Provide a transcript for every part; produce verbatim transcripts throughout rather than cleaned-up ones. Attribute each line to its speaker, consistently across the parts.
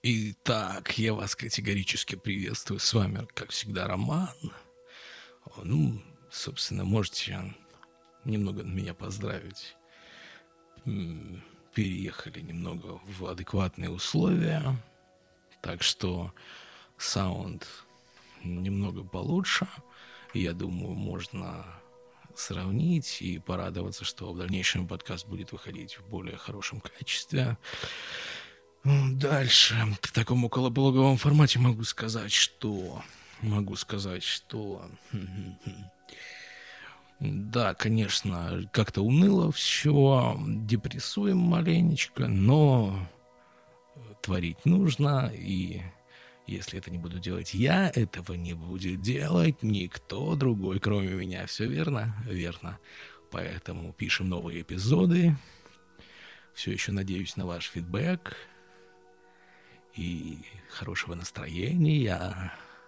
Speaker 1: Итак, я вас категорически приветствую. С вами, как всегда, Роман. Ну, собственно, можете немного меня поздравить. Переехали немного в адекватные условия. Так что саунд немного получше. Я думаю, можно сравнить и порадоваться, что в дальнейшем подкаст будет выходить в более хорошем качестве. Дальше, в таком околоблоговом формате могу сказать, что... Могу сказать, что... Да, конечно, как-то уныло все, депрессуем маленечко, но творить нужно, и если это не буду делать я, этого не будет делать никто другой, кроме меня. Все верно? Верно. Поэтому пишем новые эпизоды. Все еще надеюсь на ваш фидбэк и хорошего настроения.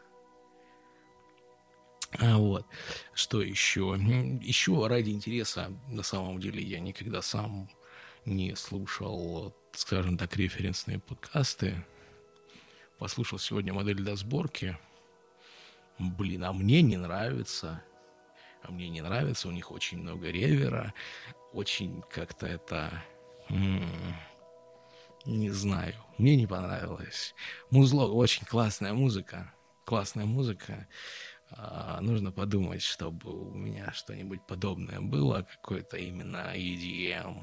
Speaker 1: А вот, что еще? Еще ради интереса, на самом деле, я никогда сам не слушал, скажем так, референсные подкасты. Послушал сегодня модель до сборки. Блин, а мне не нравится. А мне не нравится, у них очень много ревера. Очень как-то это... М- Не знаю, мне не понравилось. Музло, очень классная музыка. Классная музыка. А, нужно подумать, чтобы у меня что-нибудь подобное было. Какой-то именно и ди эм.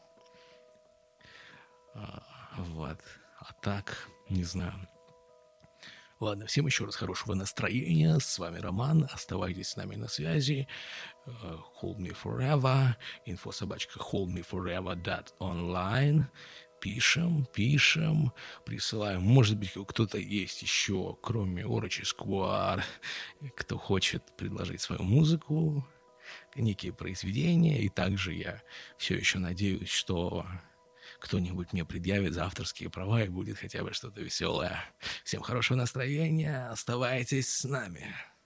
Speaker 1: А, вот. А так, не знаю. Ладно, всем еще раз хорошего настроения. С вами Роман. Оставайтесь с нами на связи. Uh, hold me forever. Инфособачка hold me forever dot online. Пишем, пишем, присылаем. Может быть, кто-то есть еще, кроме Орочи Сквар, кто хочет предложить свою музыку, некие произведения. И также я все еще надеюсь, что кто-нибудь мне предъявит за авторские права и будет хотя бы что-то веселое. Всем хорошего настроения. Оставайтесь с нами.